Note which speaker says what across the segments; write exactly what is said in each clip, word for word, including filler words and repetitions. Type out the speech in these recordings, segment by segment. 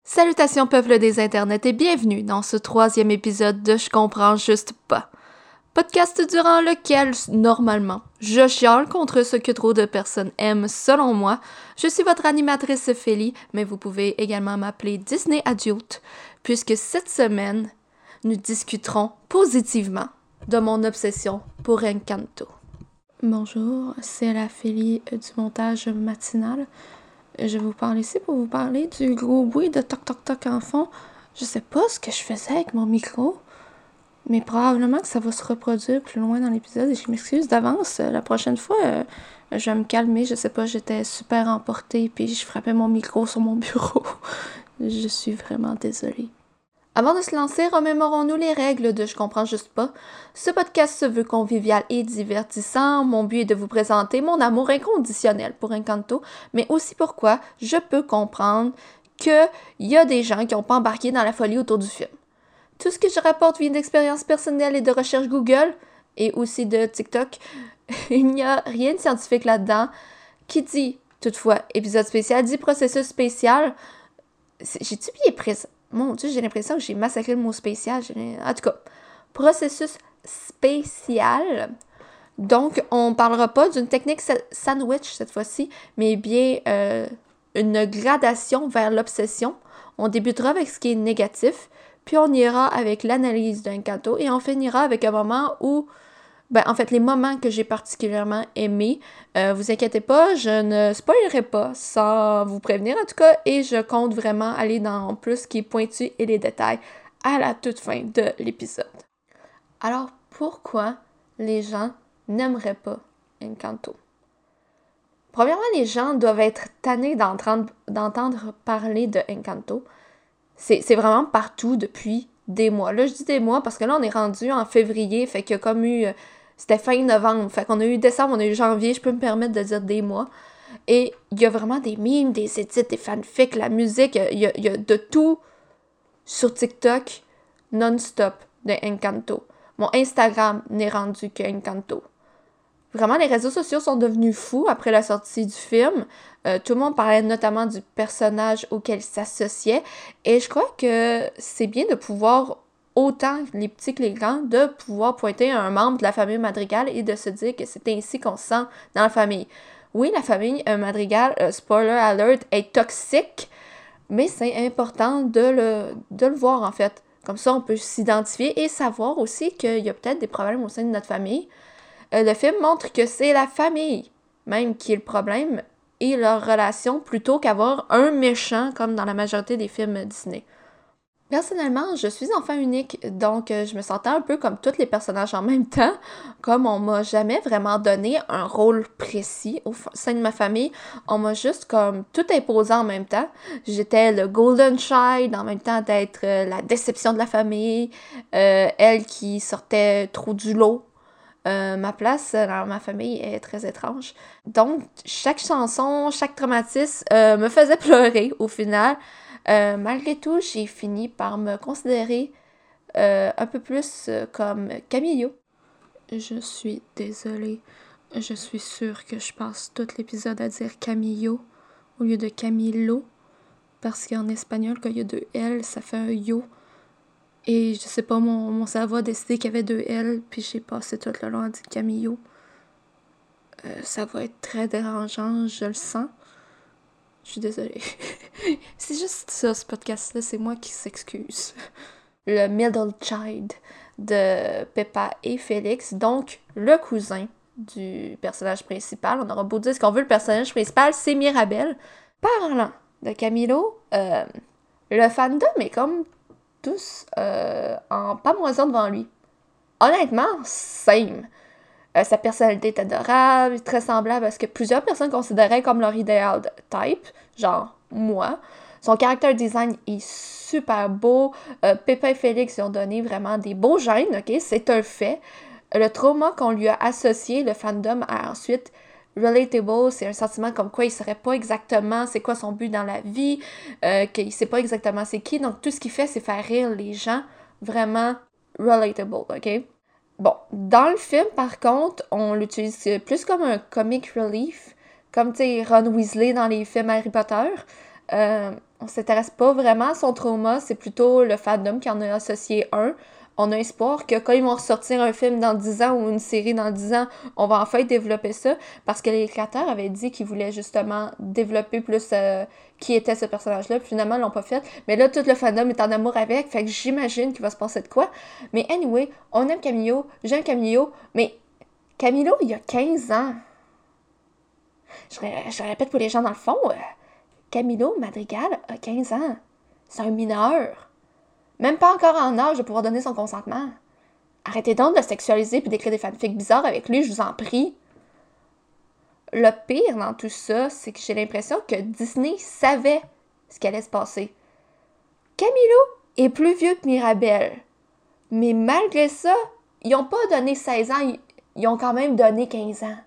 Speaker 1: Salutations peuple des internets et bienvenue dans ce troisième épisode de Je comprends juste pas. Podcast durant lequel, normalement, je chiale contre ce que trop de personnes aiment selon moi. Je suis votre animatrice Félie, mais vous pouvez également m'appeler Disney Adulte, puisque cette semaine, nous discuterons positivement de mon obsession pour Encanto. Bonjour, c'est la Félie du montage matinal. Je vais vous parler ici pour vous parler du gros bruit de toc-toc-toc en fond. Je sais pas ce que je faisais avec mon micro, mais probablement que ça va se reproduire plus loin dans l'épisode et je m'excuse d'avance. La prochaine fois, euh, je vais me calmer. Je sais pas, j'étais super emportée puis je frappais mon micro sur mon bureau. Je suis vraiment désolée. Avant de se lancer, remémorons-nous les règles de Je comprends juste pas. Ce podcast se veut convivial et divertissant. Mon but est de vous présenter mon amour inconditionnel pour Encanto, mais aussi pourquoi je peux comprendre qu'il y a des gens qui n'ont pas embarqué dans la folie autour du film. Tout ce que je rapporte vient d'expériences personnelles et de recherche Google, et aussi de TikTok. Il n'y a rien de scientifique là-dedans. Qui dit, toutefois, épisode spécial, dit processus spécial. J'ai-tu bien présent? Mon Dieu, j'ai l'impression que j'ai massacré le mot spécial. En tout cas, processus spécial. Donc, on ne parlera pas d'une technique sandwich cette fois-ci, mais bien euh, une gradation vers l'obsession. On débutera avec ce qui est négatif, puis on ira avec l'analyse d'Encanto et on finira avec un moment où, ben en fait, les moments que j'ai particulièrement aimés. Euh, vous inquiétez pas, je ne spoilerai pas sans vous prévenir en tout cas, et je compte vraiment aller dans plus ce qui est pointu et les détails à la toute fin de l'épisode. Alors, pourquoi les gens n'aimeraient pas Encanto? Premièrement, les gens doivent être tannés d'entendre, d'entendre parler de Encanto. C'est, c'est vraiment partout depuis des mois. Là, je dis des mois parce que là, on est rendu en février, fait qu'il y a comme eu... C'était fin novembre, fait qu'on a eu décembre, on a eu janvier, je peux me permettre de dire des mois. Et il y a vraiment des memes, des edits, des fanfics, la musique, il y a, il y a de tout sur TikTok non-stop de Encanto. Mon Instagram n'est rendu que Encanto. Vraiment, les réseaux sociaux sont devenus fous après la sortie du film. Euh, tout le monde parlait notamment du personnage auquel il s'associait. Et je crois que c'est bien de pouvoir, autant les petits que les grands, de pouvoir pointer à un membre de la famille Madrigal et de se dire que c'est ainsi qu'on se sent dans la famille. Oui, la famille euh, Madrigal, euh, spoiler alert, est toxique, mais c'est important de le, de le voir en fait. Comme ça, on peut s'identifier et savoir aussi qu'il y a peut-être des problèmes au sein de notre famille. Euh, le film montre que c'est la famille même qui est le problème et leur relation plutôt qu'avoir un méchant comme dans la majorité des films Disney. Personnellement, je suis enfant unique, donc euh, je me sentais un peu comme tous les personnages en même temps, comme on m'a jamais vraiment donné un rôle précis au sein de ma famille, on m'a juste comme tout imposé en même temps. J'étais le golden child, en même temps d'être euh, la déception de la famille, euh, elle qui sortait trop du lot. Euh, ma place dans ma famille est très étrange. Donc, chaque chanson, chaque traumatisme euh, me faisait pleurer au final. Euh, malgré tout, j'ai fini par me considérer euh, un peu plus euh, comme Camillo. Je suis désolée. Je suis sûre que je passe tout l'épisode à dire Camillo au lieu de Camilo. Parce qu'en espagnol, quand il y a deux L, ça fait un yo. Et je sais pas, mon, mon cerveau a décidé qu'il y avait deux L, puis j'ai passé tout le long à dire Camillo. Euh, ça va être très dérangeant, je le sens. Je suis désolée. C'est juste ça, ce podcast-là, c'est moi qui s'excuse. Le middle child de Peppa et Félix, donc le cousin du personnage principal. On aura beau dire ce qu'on veut, le personnage principal, c'est Mirabel. Parlant de Camilo, euh, le fandom est comme tous euh, en pamoison devant lui. Honnêtement, same. Euh, sa personnalité est adorable, très semblable à ce que plusieurs personnes considéraient comme leur idéal de type, genre moi. Son caractère design est super beau. Euh, Peppa et Félix lui ont donné vraiment des beaux gènes, ok? C'est un fait. Le trauma qu'on lui a associé, le fandom a ensuite relatable, c'est un sentiment comme quoi il ne saurait pas exactement c'est quoi son but dans la vie, euh, qu'il ne sait pas exactement c'est qui. Donc tout ce qu'il fait, c'est faire rire les gens. Vraiment relatable, ok? Bon, dans le film, par contre, on l'utilise plus comme un comic relief, comme, tu sais, Ron Weasley dans les films Harry Potter. Euh, on s'intéresse pas vraiment à son trauma, c'est plutôt le fandom qui en a associé un. On a espoir que quand ils vont ressortir un film dans dix ans ou une série dans dix ans, on va enfin développer ça, parce que les créateurs avaient dit qu'ils voulaient justement développer plus euh, qui était ce personnage-là, puis finalement, ils l'ont pas fait. Mais là, tout le fandom est en amour avec, fait que j'imagine qu'il va se passer de quoi. Mais anyway, on aime Camillo, j'aime Camillo, mais Camillo, il a quinze ans. Je, ré- je répète pour les gens dans le fond, euh, Camillo Madrigal a quinze ans. C'est un mineur. Même pas encore en âge de pouvoir donner son consentement. Arrêtez donc de le sexualiser puis d'écrire des fanfics bizarres avec lui, je vous en prie. Le pire dans tout ça, c'est que j'ai l'impression que Disney savait ce qui allait se passer. Camillo est plus vieux que Mirabel. Mais malgré ça, ils n'ont pas donné seize ans, ils ont quand même donné quinze ans.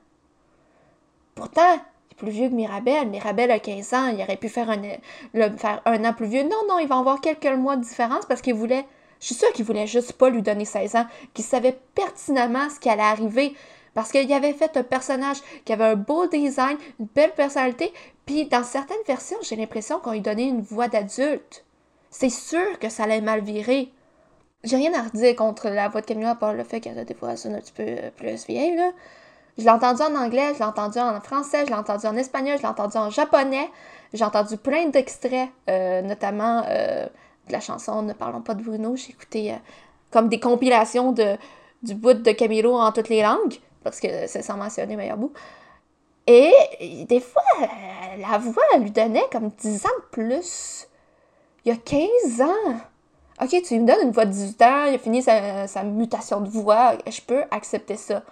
Speaker 1: Pourtant, il est plus vieux que Mirabel. Mirabel a quinze ans, il aurait pu faire un, le, faire un an plus vieux. Non, non, il va avoir quelques mois de différence parce qu'il voulait... Je suis sûre qu'il voulait juste pas lui donner seize ans, qu'il savait pertinemment ce qui allait arriver. Parce qu'il avait fait un personnage qui avait un beau design, une belle personnalité, puis dans certaines versions, j'ai l'impression qu'on lui donnait une voix d'adulte. C'est sûr que ça allait mal virer. J'ai rien à redire contre la voix de Camillo, à part le fait qu'elle a des voix un petit peu plus vieilles, là. Je l'ai entendu en anglais, je l'ai entendu en français, je l'ai entendu en espagnol, je l'ai entendu en japonais. J'ai entendu plein d'extraits, euh, notamment euh, de la chanson « Ne parlons pas de Bruno ». J'ai écouté euh, comme des compilations de, du bout de Camillo en toutes les langues, parce que c'est sans mentionner meilleur bout. Et, et des fois, euh, la voix elle lui donnait comme dix ans de plus. Il y a quinze ans. Ok, tu me donnes une voix de dix-huit ans, il a fini sa, sa mutation de voix, je peux accepter ça.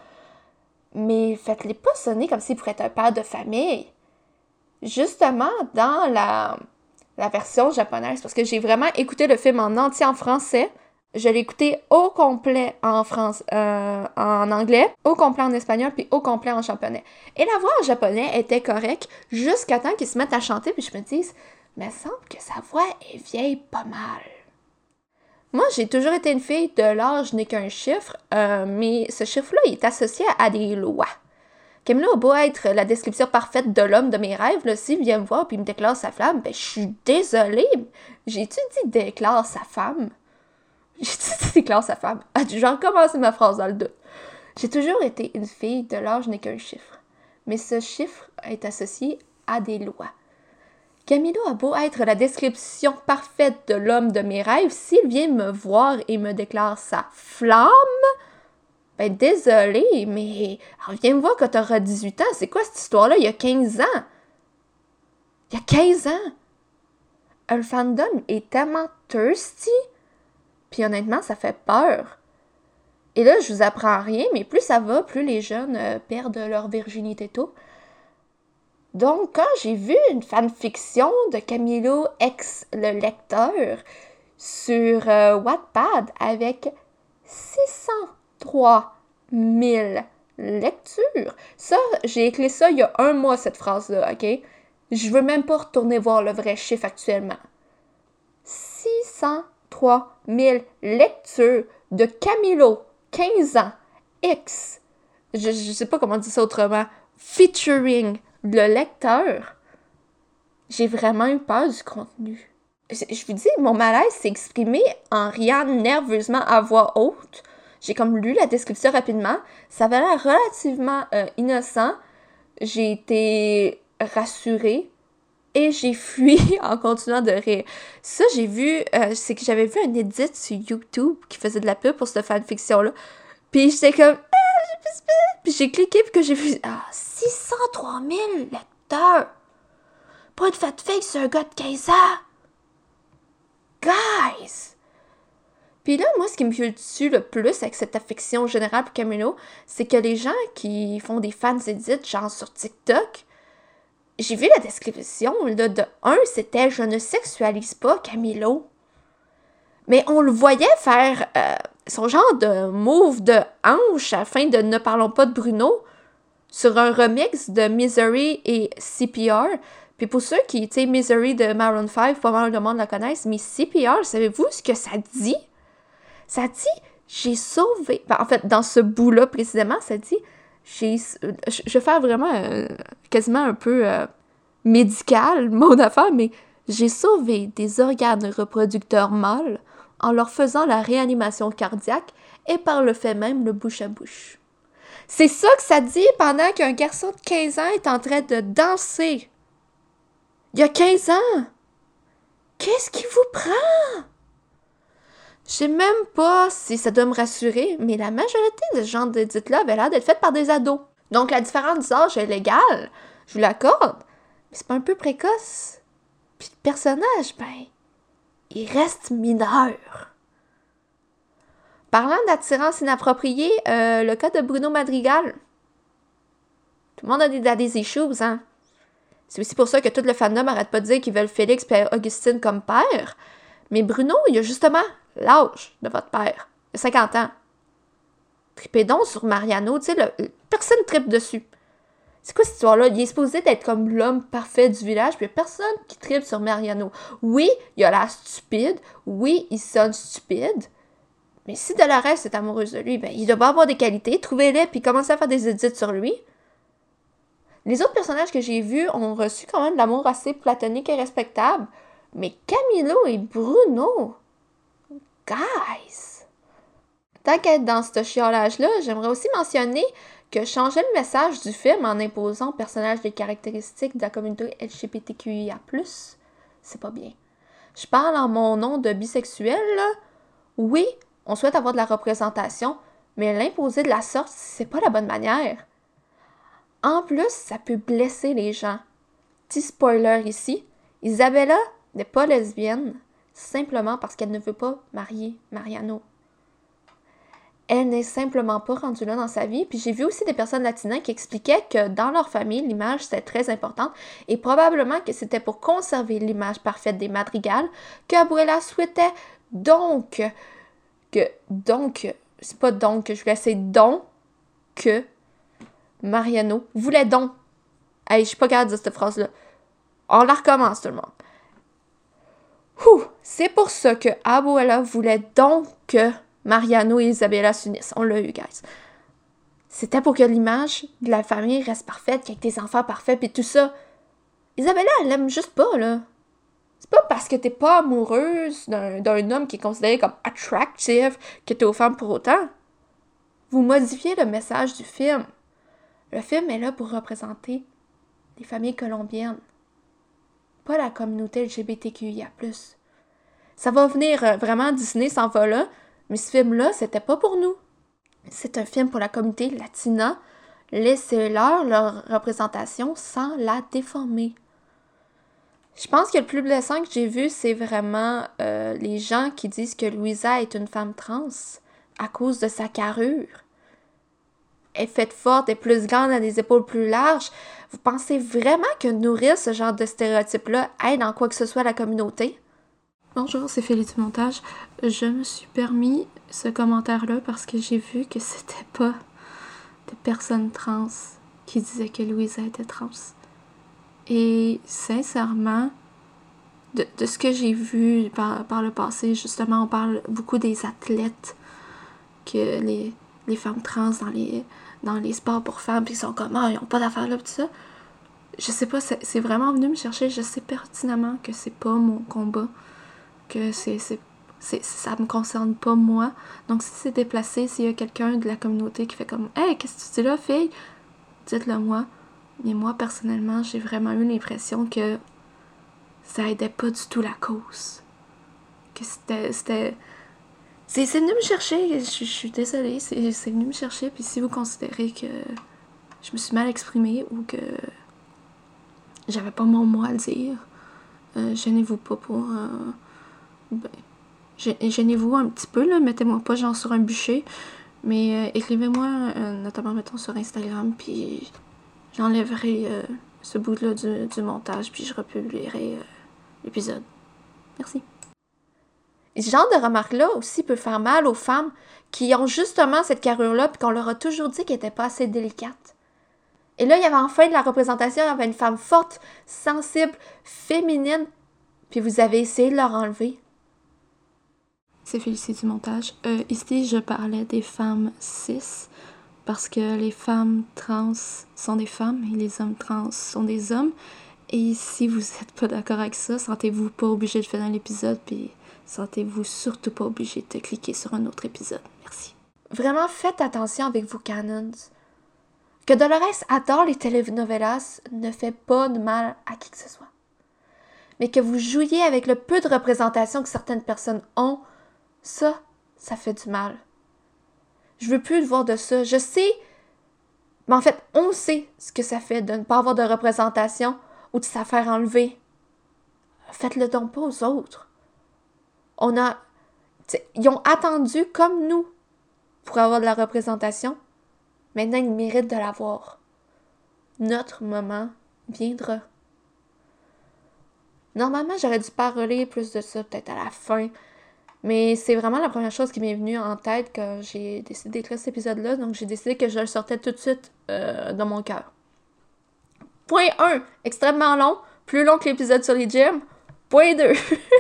Speaker 1: Mais faites-les pas sonner comme s'il pourrait être un père de famille. Justement, dans la, la version japonaise, parce que j'ai vraiment écouté le film en entier en français, je l'ai écouté au complet en, France, euh, en anglais, au complet en espagnol, puis au complet en japonais. Et la voix en japonais était correcte jusqu'à temps qu'ils se mettent à chanter, puis je me dise, mais il semble que sa voix est vieille pas mal. Moi, j'ai toujours été une fille de l'âge n'est qu'un chiffre, euh, mais ce chiffre-là est associé à des lois. Camillo a beau être la description parfaite de l'homme de mes rêves, là, s'il vient me voir et me déclare sa flamme, ben je suis désolée, j'ai-tu dit déclare sa femme? J'ai-tu dit déclare sa femme? Ah, je vais recommencer ma phrase dans le doute. J'ai toujours été une fille de l'âge n'est qu'un chiffre, mais ce chiffre est associé à des lois. Camillo a beau être la description parfaite de l'homme de mes rêves, s'il vient me voir et me déclare sa flamme, ben désolé, mais viens me voir quand t'auras dix-huit ans. C'est quoi cette histoire-là? Il y a quinze ans. Il y a quinze ans. Le fandom est tellement thirsty, puis honnêtement, ça fait peur. Et là, je vous apprends rien, mais plus ça va, plus les jeunes euh, perdent leur virginité tôt. Donc, quand j'ai vu une fanfiction de Camillo ex le lecteur sur euh, Wattpad avec six cent trois mille lectures, ça, j'ai écrit ça il y a un mois, cette phrase-là, ok? Je veux même pas retourner voir le vrai chiffre actuellement. six cent trois mille lectures de Camillo, quinze ans, ex, je, je sais pas comment dire ça autrement, featuring le lecteur. J'ai vraiment eu peur du contenu. Je, je vous dis, mon malaise s'est exprimé en riant nerveusement à voix haute. J'ai comme lu la description rapidement. Ça avait l'air relativement euh, innocent. J'ai été rassurée et j'ai fui en continuant de rire. Ça, j'ai vu, euh, c'est que j'avais vu un edit sur YouTube qui faisait de la pub pour cette fanfiction-là. Puis j'étais comme... Puis j'ai cliqué puis que j'ai vu ah, six cent trois mille lecteurs. Pas de fanfic sur un gars de quinze ans. Guys! Puis là, moi, ce qui me fait dessus le plus avec cette affection générale pour Camillo, c'est que les gens qui font des fans edits, genre sur TikTok, j'ai vu la description, là, de un, c'était « Je ne sexualise pas Camillo ». Mais on le voyait faire euh, son genre de move de hanche afin de « Ne parlons pas de Bruno » sur un remix de Misery et C P R. Puis pour ceux qui, tu sais, Misery de Maroon five, pas mal de monde la connaissent, mais C P R, savez-vous ce que ça dit? Ça dit « J'ai sauvé... » Ben, en fait, dans ce bout-là, précisément, ça dit « J'ai... » Je vais faire vraiment euh, quasiment un peu euh, médical, mon affaire, mais J'ai sauvé des organes reproducteurs mâles en leur faisant la réanimation cardiaque et par le fait même le bouche à bouche. C'est ça que ça dit pendant qu'un garçon de quinze ans est en train de danser. Il y a quinze ans! Qu'est-ce qui vous prend? Je sais même pas si ça doit me rassurer, mais la majorité de ce genre d'édits-là avait l'air d'être faites par des ados. Donc la différence d'âge est légale, je vous l'accorde, mais c'est pas un peu précoce. Puis le personnage, ben, il reste mineur. Parlant d'attirance inappropriée, euh, le cas de Bruno Madrigal. Tout le monde a des daddy issues, hein? C'est aussi pour ça que tout le fandom arrête pas de dire qu'ils veulent Félix et Augustine comme père. Mais Bruno, il a justement l'âge de votre père. Il a cinquante ans. Tripez donc sur Mariano, tu sais, le, personne tripe dessus. C'est quoi cette histoire-là? Il est supposé d'être comme l'homme parfait du village, puis il n'y a personne qui tripe sur Mariano. Oui, il a l'air stupide. Oui, il sonne stupide. Mais si Dolores est amoureuse de lui, ben, il doit pas avoir des qualités. Trouvez-les, puis commencez à faire des édits sur lui. Les autres personnages que j'ai vus ont reçu quand même de l'amour assez platonique et respectable. Mais Camilo et Bruno, guys! Tant qu'être dans ce chiolage-là, j'aimerais aussi mentionner que changer le message du film en imposant aux personnages des caractéristiques de la communauté L G B T Q I A plus, c'est pas bien. Je parle en mon nom de bisexuel, là. Oui, on souhaite avoir de la représentation, mais l'imposer de la sorte, c'est pas la bonne manière. En plus, ça peut blesser les gens. Petit spoiler ici, Isabella n'est pas lesbienne, simplement parce qu'elle ne veut pas marier Mariano. Elle n'est simplement pas rendue là dans sa vie. Puis j'ai vu aussi des personnes latines qui expliquaient que dans leur famille, l'image c'était très importante et probablement que c'était pour conserver l'image parfaite des Madrigal que Abuela souhaitait donc que, donc, c'est pas donc que je voulais, c'est donc que Mariano voulait donc. Hey, je suis pas capable de dire cette phrase-là. On la recommence tout le monde. Ouh, c'est pour ça que Abuela voulait donc que Mariano et Isabella s'unissent. On l'a eu, guys. C'était pour que l'image de la famille reste parfaite, qu'il y ait des enfants parfaits, puis tout ça. Isabella, elle l'aime juste pas, là. C'est pas parce que t'es pas amoureuse d'un, d'un homme qui est considéré comme attractive que t'es aux femmes pour autant. Vous modifiez le message du film. Le film est là pour représenter les familles colombiennes, pas la communauté L G B T Q I A plus. Ça va venir, euh, vraiment, Disney s'en va là, mais ce film-là, c'était pas pour nous. C'est un film pour la communauté latina. Laissez-leur leur représentation sans la déformer. Je pense que le plus blessant que j'ai vu, c'est vraiment euh, les gens qui disent que Louisa est une femme trans à cause de sa carrure. Elle est faite forte, elle est plus grande, elle a des épaules plus larges. Vous pensez vraiment que nourrir ce genre de stéréotypes-là aide en quoi que ce soit la communauté? Bonjour, c'est Félix du montage. Je me suis permis ce commentaire-là parce que j'ai vu que c'était pas des personnes trans qui disaient que Louisa était trans. Et sincèrement, de, de ce que j'ai vu par, par le passé, justement, on parle beaucoup des athlètes, que les, les femmes trans dans les, dans les sports pour femmes, puis ils sont comme « Ah, ils ont pas d'affaires là », tout ça. Je sais pas, c'est, c'est vraiment venu me chercher. Je sais pertinemment que c'est pas mon combat, que c'est, c'est, c'est, ça me concerne pas moi. Donc si c'est déplacé, s'il y a quelqu'un de la communauté qui fait comme « Hey, qu'est-ce que tu dis là, fille? » Dites-le moi. Mais moi, personnellement, j'ai vraiment eu l'impression que ça aidait pas du tout la cause. Que c'était... c'était... C'est, c'est venu me chercher, je, je suis désolée, c'est, c'est venu me chercher. Puis si vous considérez que je me suis mal exprimée ou que j'avais pas mon mot à le dire, euh, gênez-vous pas pour... Euh, ben, gênez-vous un petit peu, là, mettez-moi pas genre sur un bûcher, mais euh, écrivez-moi, euh, notamment, mettons, sur Instagram, puis j'enlèverai euh, ce bout-là du, du montage, puis je republierai euh, l'épisode. Merci. Et ce genre de remarque-là aussi peut faire mal aux femmes qui ont justement cette carrure-là, puis qu'on leur a toujours dit qu'elle n'était pas assez délicate. Et là, il y avait enfin de la représentation, il y avait une femme forte, sensible, féminine, puis vous avez essayé de leur enlever. C'est Félicie du montage. Euh, ici, je parlais des femmes cis, parce que les femmes trans sont des femmes et les hommes trans sont des hommes. Et si vous n'êtes pas d'accord avec ça, sentez-vous pas obligé de finir l'épisode, puis sentez-vous surtout pas obligé de cliquer sur un autre épisode. Merci. Vraiment, faites attention avec vos canons. Que Dolores adore les telenovelas ne fait pas de mal à qui que ce soit. Mais que vous jouiez avec le peu de représentation que certaines personnes ont, ça, ça fait du mal. Je veux plus voir de ça. Je sais, mais en fait, on sait ce que ça fait de ne pas avoir de représentation ou de se faire enlever. Faites-le donc pas aux autres. On a... Ils ont attendu comme nous pour avoir de la représentation. Maintenant, ils méritent de l'avoir. Notre moment viendra. Normalement, j'aurais dû parler plus de ça peut-être à la fin. Mais c'est vraiment la première chose qui m'est venue en tête quand j'ai décidé d'écrire cet épisode-là. Donc, j'ai décidé que je le sortais tout de suite euh, dans mon cœur. Point un, extrêmement long. Plus long que l'épisode sur les gyms. Point deux.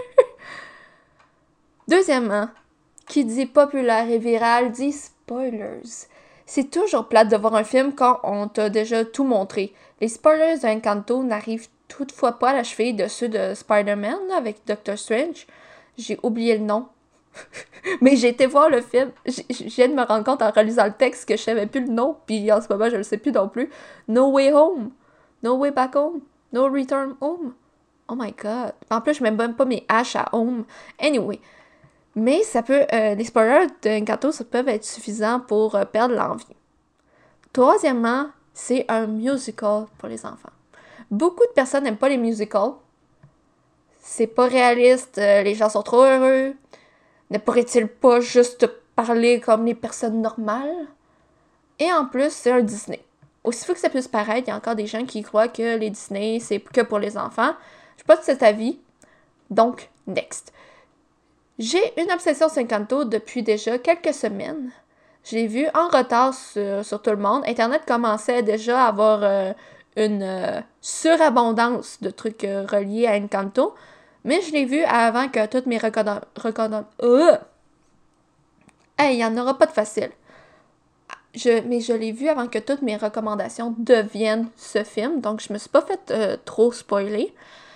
Speaker 1: Deuxièmement, qui dit populaire et viral dit spoilers. C'est toujours plate de voir un film quand on t'a déjà tout montré. Les spoilers d'Encanto n'arrivent toutefois pas à la cheville de ceux de Spider-Man là, avec Doctor Strange. J'ai oublié le nom. Mais j'ai été voir le film. Je viens de me rendre compte en relisant le texte que je savais plus le nom. Puis en ce moment, je le sais plus non plus. No Way Home. No Way Back Home. No Return Home. Oh my god. En plus, je mets même pas mes H à home. Anyway. Mais ça peut... Euh, les spoilers d'Encanto, ça peuvent être suffisants pour euh, perdre l'envie. Troisièmement, c'est un musical pour les enfants. Beaucoup de personnes n'aiment pas les musicals. C'est pas réaliste, euh, les gens sont trop heureux. Ne pourrait-il pas juste parler comme les personnes normales? Et en plus, c'est un Disney. Aussi fou que ça puisse paraître, il y a encore des gens qui croient que les Disney, c'est que pour les enfants. Je suis pas de cet avis. Donc, next. J'ai une obsession sur Encanto depuis déjà quelques semaines. Je l'ai vu en retard sur, sur tout le monde. Internet commençait déjà à avoir euh, une euh, surabondance de trucs euh, reliés à Encanto. Mais je l'ai vu avant que toutes mes recommandations... Euh! Hey, il n'y en aura pas de facile. Je, mais je l'ai vu avant que toutes mes recommandations deviennent ce film. Donc, je me suis pas fait euh, trop spoiler.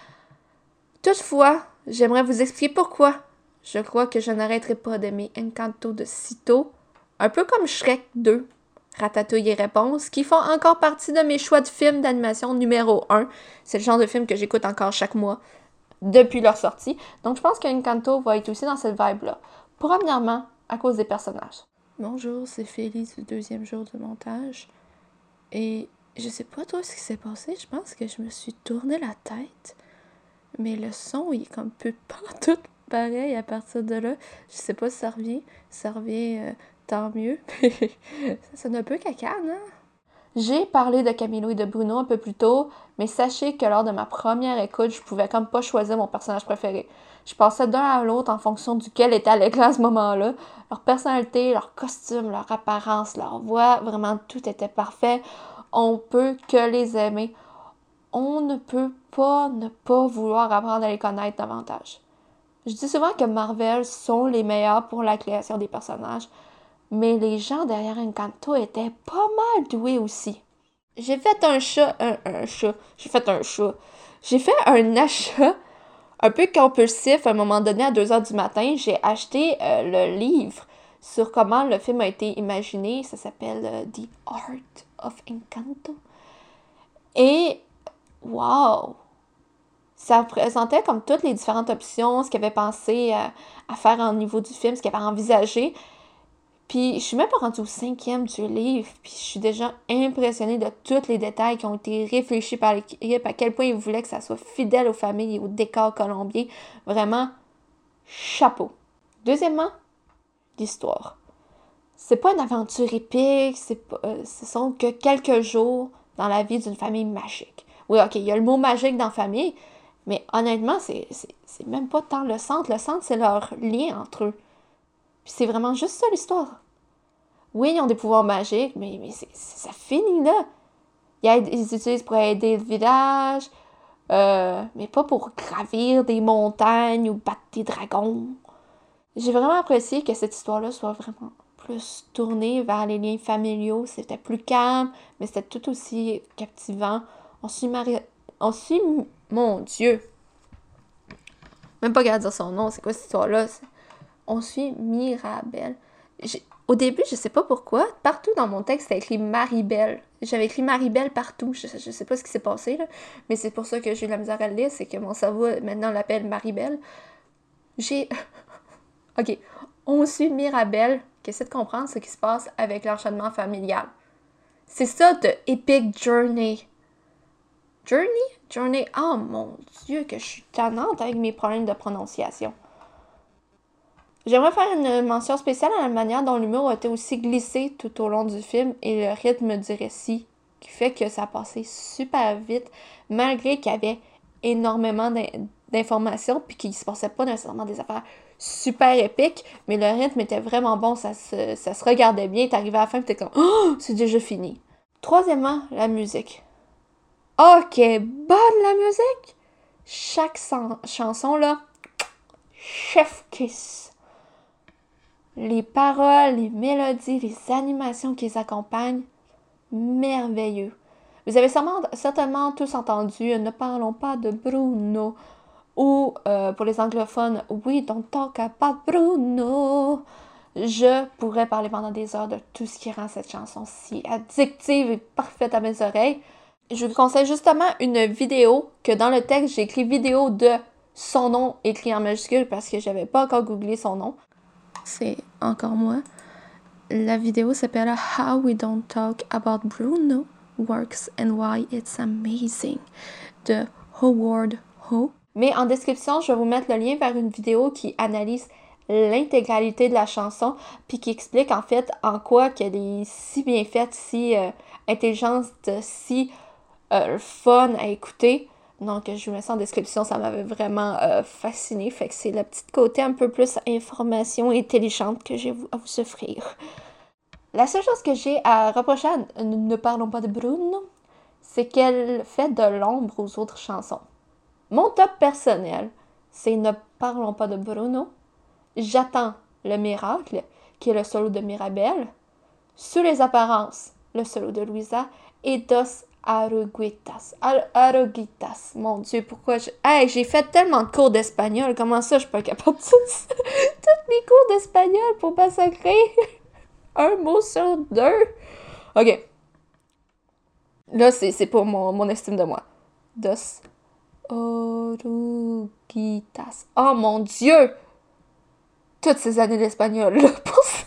Speaker 1: Toutefois, j'aimerais vous expliquer pourquoi je crois que je n'arrêterai pas d'aimer Encanto de sitôt. Un peu comme Shrek deux, Ratatouille et Réponse, qui font encore partie de mes choix de films d'animation numéro un. C'est le genre de film que j'écoute encore chaque mois depuis leur sortie. Donc je pense qu'Encanto va être aussi dans cette vibe-là. Premièrement, à cause des personnages. Bonjour, c'est Félix du deuxième jour de montage. Et je sais pas trop ce qui s'est passé. Je pense que je me suis tourné la tête. Mais le son, il est comme peu partout pareil à partir de là. Je sais pas si ça revient. Si ça revient, euh, tant mieux. Ça sonne un peu cacane, hein? J'ai parlé de Camilo et de Bruno un peu plus tôt, mais sachez que lors de ma première écoute, je pouvais comme pas choisir mon personnage préféré. Je passais d'un à l'autre en fonction duquel était à l'écran à ce moment-là. Leur personnalité, leur costume, leur apparence, leur voix, vraiment tout était parfait. On peut que les aimer. On ne peut pas ne pas vouloir apprendre à les connaître davantage. Je dis souvent que Marvel sont les meilleurs pour la création des personnages, mais les gens derrière Encanto étaient pas mal doués aussi. J'ai fait un chat, un, un chat, j'ai fait un chat. J'ai fait un achat un peu compulsif à un moment donné à deux heures du matin. J'ai acheté euh, le livre sur comment le film a été imaginé. Ça s'appelle euh, The Art of Encanto. Et, wow! Ça présentait comme toutes les différentes options, ce qu'il avait pensé à, à faire au niveau du film, ce qu'il avait envisagé. Puis je suis même pas rendue au cinquième du livre, puis je suis déjà impressionnée de tous les détails qui ont été réfléchis par l'équipe, à quel point ils voulaient que ça soit fidèle aux familles et au décor colombien. Vraiment, chapeau. Deuxièmement, l'histoire. C'est pas une aventure épique, c'est pas, euh, ce sont que quelques jours dans la vie d'une famille magique. Oui, ok, il y a le mot magique dans famille, mais honnêtement, c'est, c'est, c'est même pas tant le centre. Le centre, c'est leur lien entre eux. Puis c'est vraiment juste ça, l'histoire. Oui, ils ont des pouvoirs magiques, mais, mais c'est, c'est, ça finit là. Ils, ils utilisent pour aider le village, euh, mais pas pour gravir des montagnes ou battre des dragons. J'ai vraiment apprécié que cette histoire-là soit vraiment plus tournée vers les liens familiaux. C'était plus calme, mais c'était tout aussi captivant. On on suit... Mon Dieu! Même pas qu'à dire son nom, c'est quoi cette histoire-là? On suit Mirabelle. J'ai... Au début, je sais pas pourquoi, partout dans mon texte, c'était écrit Maribel. J'avais écrit Maribel partout, je, je sais pas ce qui s'est passé, là, mais c'est pour ça que j'ai eu la misère à le lire, c'est que mon cerveau, maintenant, l'appelle Maribel. J'ai... Ok, on suit Mirabelle, qui essaie de comprendre ce qui se passe avec l'enchaînement familial. C'est ça de Epic Journey. Journey? Journey? Oh mon Dieu, que je suis tannante avec mes problèmes de prononciation. J'aimerais faire une mention spéciale à la manière dont l'humour a été aussi glissé tout au long du film et le rythme du récit, qui fait que ça a passé super vite, malgré qu'il y avait énormément d'informations, puis qu'il se passait pas nécessairement des affaires super épiques, mais le rythme était vraiment bon, ça se, ça se regardait bien, t'arrivais à la fin, t'es comme « Oh, c'est déjà fini! » Troisièmement, la musique. Ok, bonne la musique! Chaque chanson, là, chef kiss. Les paroles, les mélodies, les animations qui les accompagnent, merveilleux. Vous avez sûrement, certainement tous entendu « Ne parlons pas de Bruno » ou euh, pour les anglophones « We don't talk about Bruno ». Je pourrais parler pendant des heures de tout ce qui rend cette chanson si addictive et parfaite à mes oreilles. Je vous conseille justement une vidéo que dans le texte, j'ai écrit vidéo de son nom écrit en majuscule parce que j'avais pas encore googlé son nom. C'est encore moi. La vidéo s'appelle « How We Don't Talk About Bruno Works and Why It's Amazing » de Howard Ho. Mais en description, je vais vous mettre le lien vers une vidéo qui analyse l'intégralité de la chanson puis qui explique en fait en quoi qu'elle est si bien faite, si euh, intelligente, si euh, fun à écouter. Donc, je vous mets ça en description, ça m'avait vraiment euh, fasciné. Fait que c'est le petit côté un peu plus information intelligente que j'ai à vous offrir. La seule chose que j'ai à reprocher à Ne parlons pas de Bruno, c'est qu'elle fait de l'ombre aux autres chansons. Mon top personnel, c'est Ne parlons pas de Bruno, J'attends le miracle, qui est le solo de Mirabelle, Sous les apparences, le solo de Louisa, et Dos Aruguitas. Ar Aruguitas. Mon Dieu, pourquoi je... Hey, j'ai fait tellement de cours d'espagnol. Comment ça, je suis pas capable de ça? Tous mes cours d'espagnol pour massacrer un mot sur deux. OK. Là, c'est pour mon, mon estime de moi. Dos Aruguitas. Oh, mon Dieu! Toutes ces années d'espagnol, là, pour ça.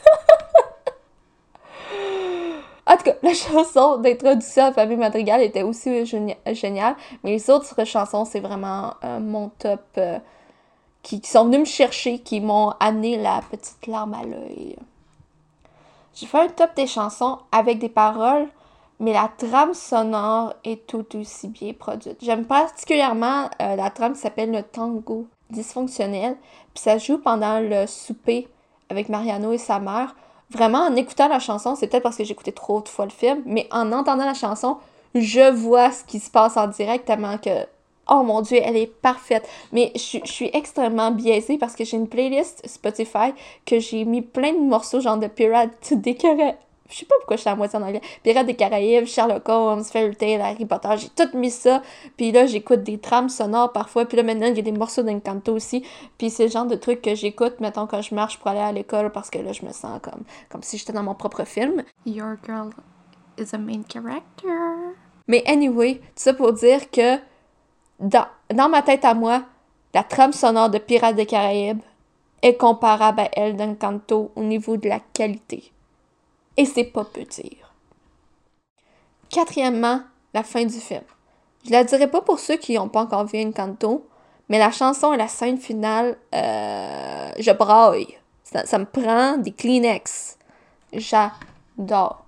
Speaker 1: En tout cas, la chanson d'introduction à Famille Madrigal était aussi géniale, mais les autres chansons, c'est vraiment euh, mon top euh, qui, qui sont venus me chercher, qui m'ont amené la petite larme à l'œil. J'ai fait un top des chansons avec des paroles, mais la trame sonore est tout aussi bien produite. J'aime particulièrement euh, la trame qui s'appelle le tango dysfonctionnel, puis ça joue pendant le souper avec Mariano et sa mère. Vraiment, en écoutant la chanson, c'est peut-être parce que j'écoutais trop de fois le film, mais en entendant la chanson, je vois ce qui se passe en direct tellement que, oh mon Dieu, elle est parfaite. Mais je, je suis extrêmement biaisée parce que j'ai une playlist Spotify que j'ai mis plein de morceaux genre de Pirates des Caraïbes. Je sais pas pourquoi je suis à moitié en anglais. Pirates des Caraïbes, Sherlock Holmes, Fairy Tail, Harry Potter, j'ai tout mis ça. Puis là, j'écoute des trames sonores parfois. Puis là, maintenant, il y a des morceaux d'Encanto aussi. Puis c'est le genre de trucs que j'écoute, mettons, quand je marche pour aller à l'école parce que là, je me sens comme, comme si j'étais dans mon propre film. Your girl is a main character. Mais anyway, tout ça pour dire que dans, dans ma tête à moi, la trame sonore de Pirates des Caraïbes est comparable à elle d'Encanto au niveau de la qualité. Et c'est pas peu dire. Quatrièmement, la fin du film. Je la dirai pas pour ceux qui n'ont pas encore vu Encanto, mais la chanson et la scène finale, euh, je braille. Ça, ça me prend des Kleenex. J'adore.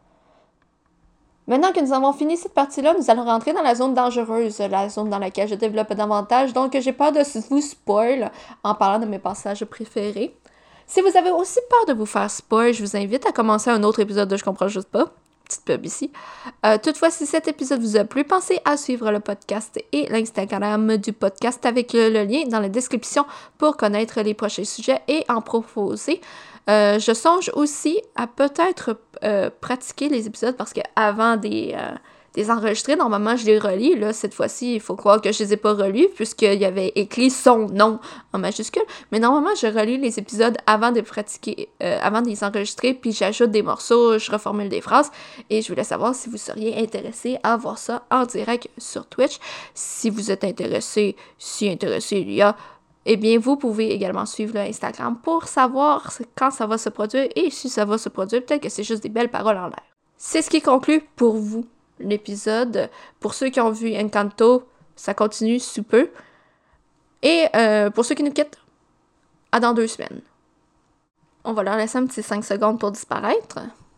Speaker 1: Maintenant que nous avons fini cette partie-là, nous allons rentrer dans la zone dangereuse, la zone dans laquelle je développe davantage, donc j'ai peur de vous spoil en parlant de mes passages préférés. Si vous avez aussi peur de vous faire spoil, je vous invite à commencer un autre épisode de Je comprends juste pas. Petite pub ici. Euh, toutefois, si cet épisode vous a plu, pensez à suivre le podcast et l'Instagram du podcast avec le, le lien dans la description pour connaître les prochains sujets et en proposer. Euh, je songe aussi à peut-être euh, pratiquer les épisodes parce qu'avant des, euh, les enregistrer. Normalement, je les relis. Là, cette fois-ci, il faut croire que je les ai pas relus, puisqu'il y avait écrit son nom en majuscule. Mais normalement, je relis les épisodes avant de pratiquer, euh, avant de les enregistrer, puis j'ajoute des morceaux, je reformule des phrases. Et je voulais savoir si vous seriez intéressé à voir ça en direct sur Twitch. Si vous êtes intéressé, si intéressé il y a, eh bien, vous pouvez également suivre le Instagram pour savoir quand ça va se produire et si ça va se produire. Peut-être que c'est juste des belles paroles en l'air. C'est ce qui conclut pour vous l'épisode. Pour ceux qui ont vu Encanto, ça continue sous peu. Et euh, pour ceux qui nous quittent, à dans deux semaines. On va leur laisser un petit cinq secondes pour disparaître.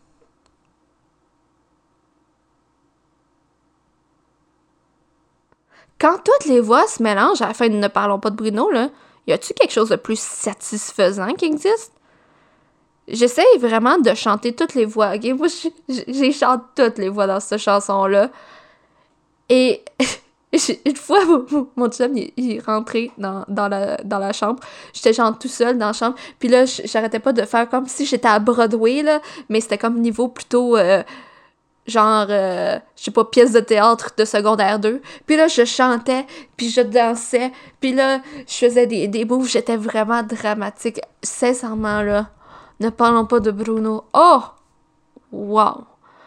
Speaker 1: Quand toutes les voix se mélangent à la fin de Ne parlons pas de Bruno, là, y a-tu quelque chose de plus satisfaisant qui existe? J'essaye vraiment de chanter toutes les voix, ok? Moi, j'ai chanté toutes les voix dans cette chanson-là. Et une fois, mon, mon chum, il, il est rentré dans, dans, la, dans la chambre. J'étais genre tout seul dans la chambre. Puis là, j'arrêtais pas de faire comme si j'étais à Broadway, là. Mais c'était comme niveau plutôt... Euh, genre, euh, je sais pas, pièce de théâtre de secondaire deux. Puis là, je chantais, puis je dansais, puis là, je faisais des, des moves, j'étais vraiment dramatique. Sincèrement, là, ne parlons pas de Bruno. Oh! Wow!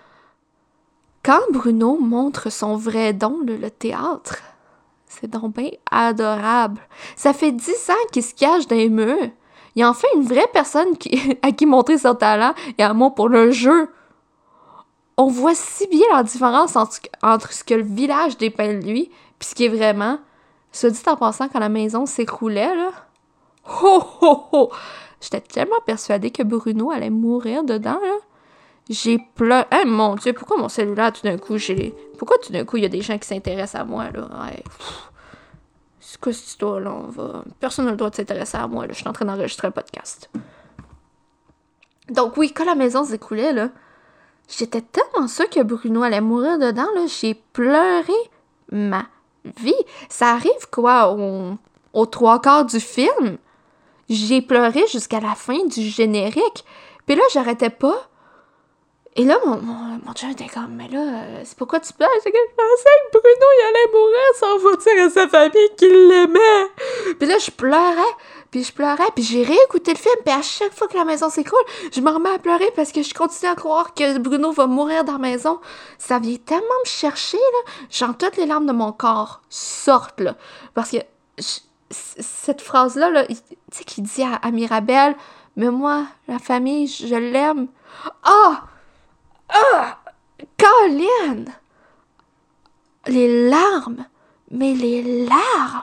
Speaker 1: Quand Bruno montre son vrai don, là, le théâtre, c'est donc bien adorable. Ça fait dix ans qu'il se cache dans les murs. Il a enfin une vraie personne qui, à qui montrer son talent et amour pour le jeu. On voit si bien la différence entre, entre ce que le village dépeint de lui puis ce qui est vraiment. Soit dit en passant, quand la maison s'écroulait, là, ho ho ho! J'étais tellement persuadée que Bruno allait mourir dedans, là. J'ai pleuré. Hein, mon Dieu, pourquoi mon cellulaire, tout d'un coup, j'ai... Pourquoi tout d'un coup, il y a des gens qui s'intéressent à moi, là? Ouais. C'est quoi cette histoire-là? On va... Personne n'a le droit de s'intéresser à moi, là. Je suis en train d'enregistrer un podcast. Donc oui, quand la maison s'écroulait, là, j'étais tellement sûre que Bruno allait mourir dedans, là. J'ai pleuré ma vie. Ça arrive, quoi, au, au trois quarts du film. J'ai pleuré jusqu'à la fin du générique. Puis là, j'arrêtais pas. Et là, mon, mon, mon chum était comme, mais là, euh, c'est pourquoi tu pleures? C'est que je pensais que Bruno, il allait mourir sans vous dire à sa famille qu'il l'aimait. Puis là, je pleurais, puis je pleurais, puis j'ai réécouté le film, puis à chaque fois que la maison s'écroule, je me remets à pleurer parce que je continue à croire que Bruno va mourir dans la maison. Ça vient tellement me chercher, là. Genre, toutes les larmes de mon corps sortent, là. Parce que je, cette phrase-là, là, tu sais, qu'il dit à, à Mirabelle, mais moi, la famille, je l'aime. Ah! Ah! Colin! Les larmes! Mais les larmes!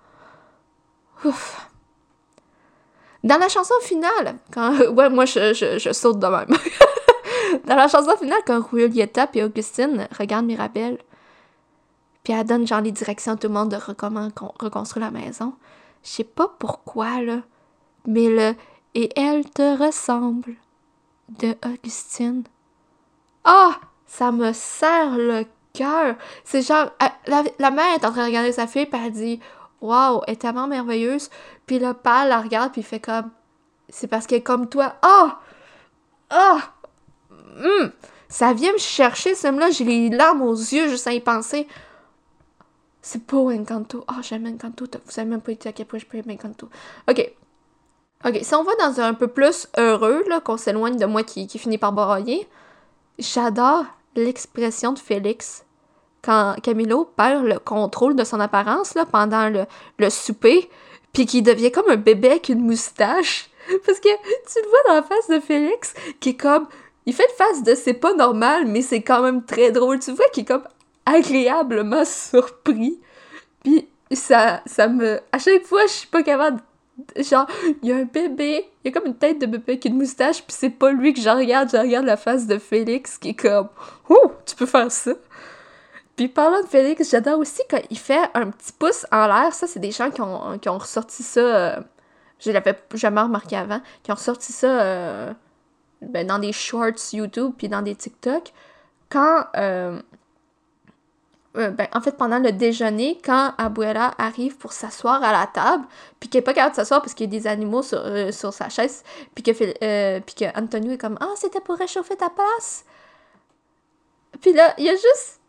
Speaker 1: Ouf! Dans la chanson finale, quand... Ouais, moi, je, je, je saute de même. Dans la chanson finale, quand Julieta et Augustine regardent Mirabelle, puis elle donne genre les directions à tout le monde de comment reconstruire la maison, je sais pas pourquoi, là, mais le « Et elle te ressemble » de Augustine... Ah! Oh, ça me serre le cœur. C'est genre, la, la mère est en train de regarder sa fille, puis elle dit « Wow, elle est tellement merveilleuse. » Puis le père la regarde, puis il fait comme « C'est parce qu'elle est comme toi. » Ah! Ah! Mm. Ça vient me chercher, ce là j'ai les larmes aux yeux juste à y penser. C'est beau, Encanto. Ah, oh, j'aime Encanto. Vous savez même pas été à quel point je peux aimer Encanto. OK. OK, si on va dans un peu plus heureux, là, qu'on s'éloigne de moi qui, qui finit par broyer... J'adore l'expression de Félix quand Camilo perd le contrôle de son apparence là, pendant le, le souper, puis qu'il devient comme un bébé avec une moustache. Parce que tu le vois dans la face de Félix, qui est comme... Il fait une face de c'est pas normal, mais c'est quand même très drôle. Tu vois qu'il est comme agréablement surpris. Puis ça, ça me... À chaque fois, je suis pas capable de... Genre, il y a un bébé, il y a comme une tête de bébé avec une moustache, puis c'est pas lui que je regarde, je regarde la face de Félix qui est comme « Oh, tu peux faire ça! » Puis parlant de Félix, j'adore aussi quand il fait un petit pouce en l'air. Ça, c'est des gens qui ont, qui ont ressorti ça, euh, je l'avais jamais remarqué avant, qui ont ressorti ça euh, ben, dans des shorts YouTube puis dans des TikTok. Quand... Euh, Euh, ben, en fait, pendant le déjeuner, quand Abuela arrive pour s'asseoir à la table, puis qu'elle n'est pas capable de s'asseoir parce qu'il y a des animaux sur, euh, sur sa chaise, puis que, euh, puis que Antonio est comme « Ah, c'était pour réchauffer ta place! » Puis là, il y a juste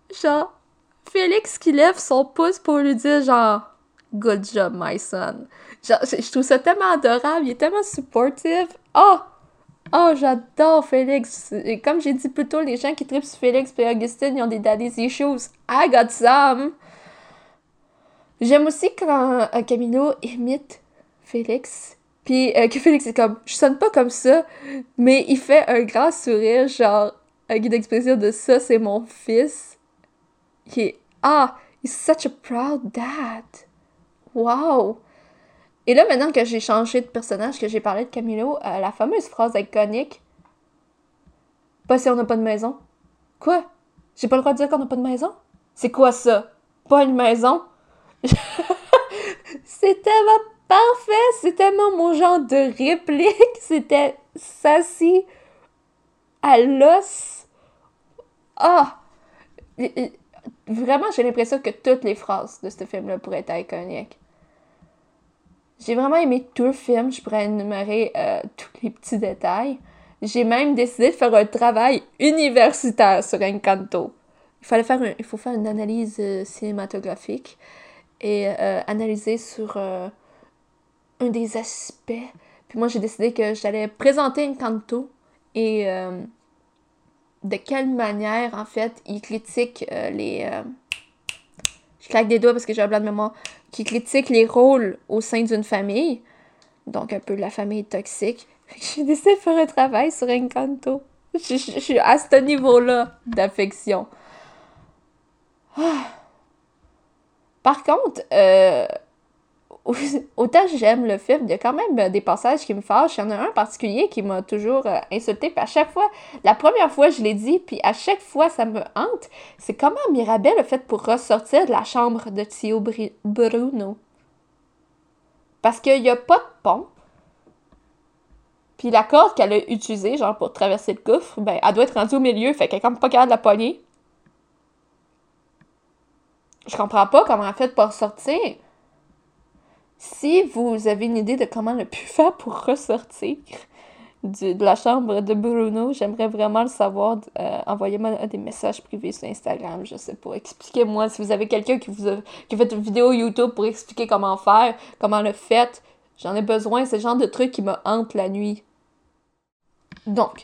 Speaker 1: genre, Félix qui lève son pouce pour lui dire genre « Good job, my son ». Genre, je, je trouve ça tellement adorable, il est tellement supportive. Oh! Oh, j'adore Félix. Et comme j'ai dit plus tôt, les gens qui trippent sur Félix et Augustine, ils ont des daddy's issues. I got some! J'aime aussi quand euh, Camilo imite Félix. Puis euh, que Félix est comme, je sonne pas comme ça, mais il fait un grand sourire, genre, un guide d'expression de ça, c'est mon fils. Il est, ah, he's such a proud dad. Wow! Et là, maintenant que j'ai changé de personnage, que j'ai parlé de Camilo, euh, la fameuse phrase iconique, pas si on n'a pas de maison. Quoi? J'ai pas le droit de dire qu'on n'a pas de maison? C'est quoi ça? Pas une maison? C'est tellement parfait! C'est tellement mon genre de réplique. C'était sassy à l'os. Ah! Vraiment, j'ai l'impression que toutes les phrases de ce film-là pourraient être iconiques. J'ai vraiment aimé tout le film. Je pourrais énumérer euh, tous les petits détails. J'ai même décidé de faire un travail universitaire sur Encanto. Il fallait faire un, il faut faire une analyse euh, cinématographique et euh, analyser sur euh, un des aspects. Puis moi, j'ai décidé que j'allais présenter Encanto et euh, de quelle manière, en fait, il critique euh, les... Euh, je claque des doigts parce que j'ai un blanc de mémoire. Qui critique les rôles au sein d'une famille. Donc, un peu la famille toxique. J'ai décidé de faire un travail sur Encanto. Je, je, je suis à ce niveau-là d'affection. Ah. Par contre, euh, autant j'aime le film, il y a quand même des passages qui me fâchent. Il y en a un en particulier qui m'a toujours euh, insulté. Puis à chaque fois, la première fois je l'ai dit, puis à chaque fois ça me hante. C'est comment Mirabelle a fait pour ressortir de la chambre de Tio Bri- Bruno. Parce qu'il n'y a pas de pont. Puis la corde qu'elle a utilisée, genre pour traverser le gouffre, ben elle doit être rendue au milieu, fait qu'elle est comme pas capable de la pogner. Je comprends pas comment elle a fait pour ressortir. Si vous avez une idée de comment elle a pu faire pour ressortir du, de la chambre de Bruno, j'aimerais vraiment le savoir. Euh, envoyez-moi des messages privés sur Instagram, je sais pas. Expliquez-moi si vous avez quelqu'un qui vous a, qui a fait une vidéo YouTube pour expliquer comment faire, comment le fait. J'en ai besoin, c'est le genre de truc qui me hante la nuit. Donc,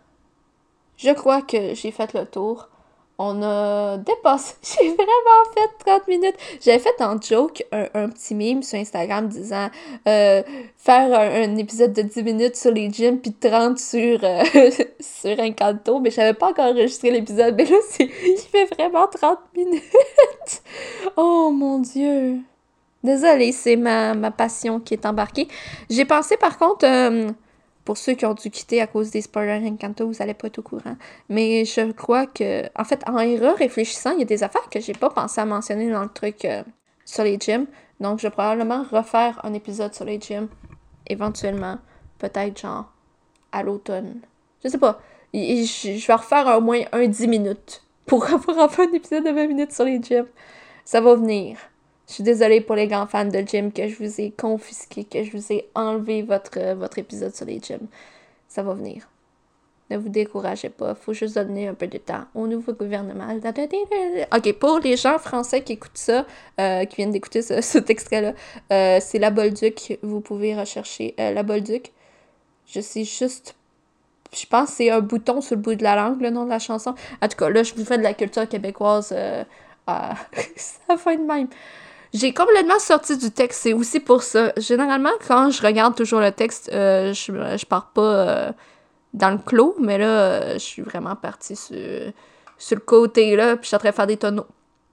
Speaker 1: je crois que j'ai fait le tour. On a dépassé. J'ai vraiment fait trente minutes. J'avais fait en joke un, un petit meme sur Instagram disant euh, faire un, un épisode de dix minutes sur les gyms puis trente sur, euh, sur Encanto. Mais je n'avais pas encore enregistré l'épisode. Mais là, c'est, il fait vraiment trente minutes. Oh mon Dieu. Désolée, c'est ma, ma passion qui est embarquée. J'ai pensé par contre. Euh, Pour ceux qui ont dû quitter à cause des spoilers Encanto, vous n'allez pas être au courant. Mais je crois que, en fait, en y réfléchissant, il y a des affaires que j'ai pas pensé à mentionner dans le truc euh, sur les gyms. Donc, je vais probablement refaire un épisode sur les gyms, éventuellement, peut-être genre à l'automne. Je sais pas. Je, je vais refaire au moins un dix minutes pour avoir enfin un épisode de vingt minutes sur les gyms. Ça va venir. Je suis désolée pour les grands fans de gym que je vous ai confisqué, que je vous ai enlevé votre, euh, votre épisode sur les gyms. Ça va venir. Ne vous découragez pas, faut juste donner un peu de temps au nouveau gouvernement. Ok, pour les gens français qui écoutent ça, euh, qui viennent d'écouter ce, cet extrait-là, euh, c'est La Bolduc. Vous pouvez rechercher euh, La Bolduc. Je sais juste... Je pense que c'est un bouton sur le bout de la langue, le nom de la chanson. En tout cas, là, je vous fais de la culture québécoise euh, à la fin de même. J'ai complètement sorti du texte, c'est aussi pour ça. Généralement, quand je regarde toujours le texte, euh, je, je pars pas euh, dans le clos, mais là, euh, je suis vraiment partie sur, sur le côté, là, puis je suis en train de faire des tonneaux.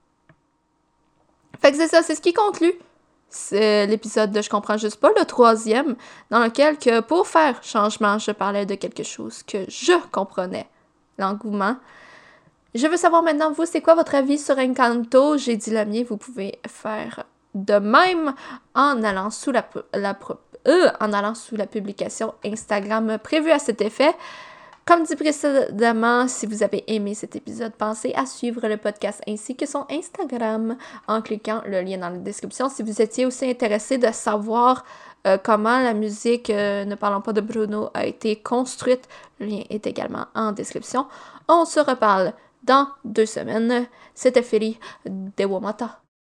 Speaker 1: Fait que c'est ça, c'est ce qui conclut. C'est l'épisode de Je comprends juste pas, le troisième, dans lequel, que pour faire changement, je parlais de quelque chose que je comprenais. L'engouement. Je veux savoir maintenant, vous, c'est quoi votre avis sur Encanto? J'ai dit le mien, vous pouvez faire de même en allant sous la, la, euh, en allant sous la publication Instagram prévue à cet effet. Comme dit précédemment, si vous avez aimé cet épisode, pensez à suivre le podcast ainsi que son Instagram en cliquant le lien dans la description. Si vous étiez aussi intéressé de savoir euh, comment la musique euh, Ne parlons pas de Bruno a été construite, le lien est également en description. On se reparle dans deux semaines. C'était Philly de Wamata.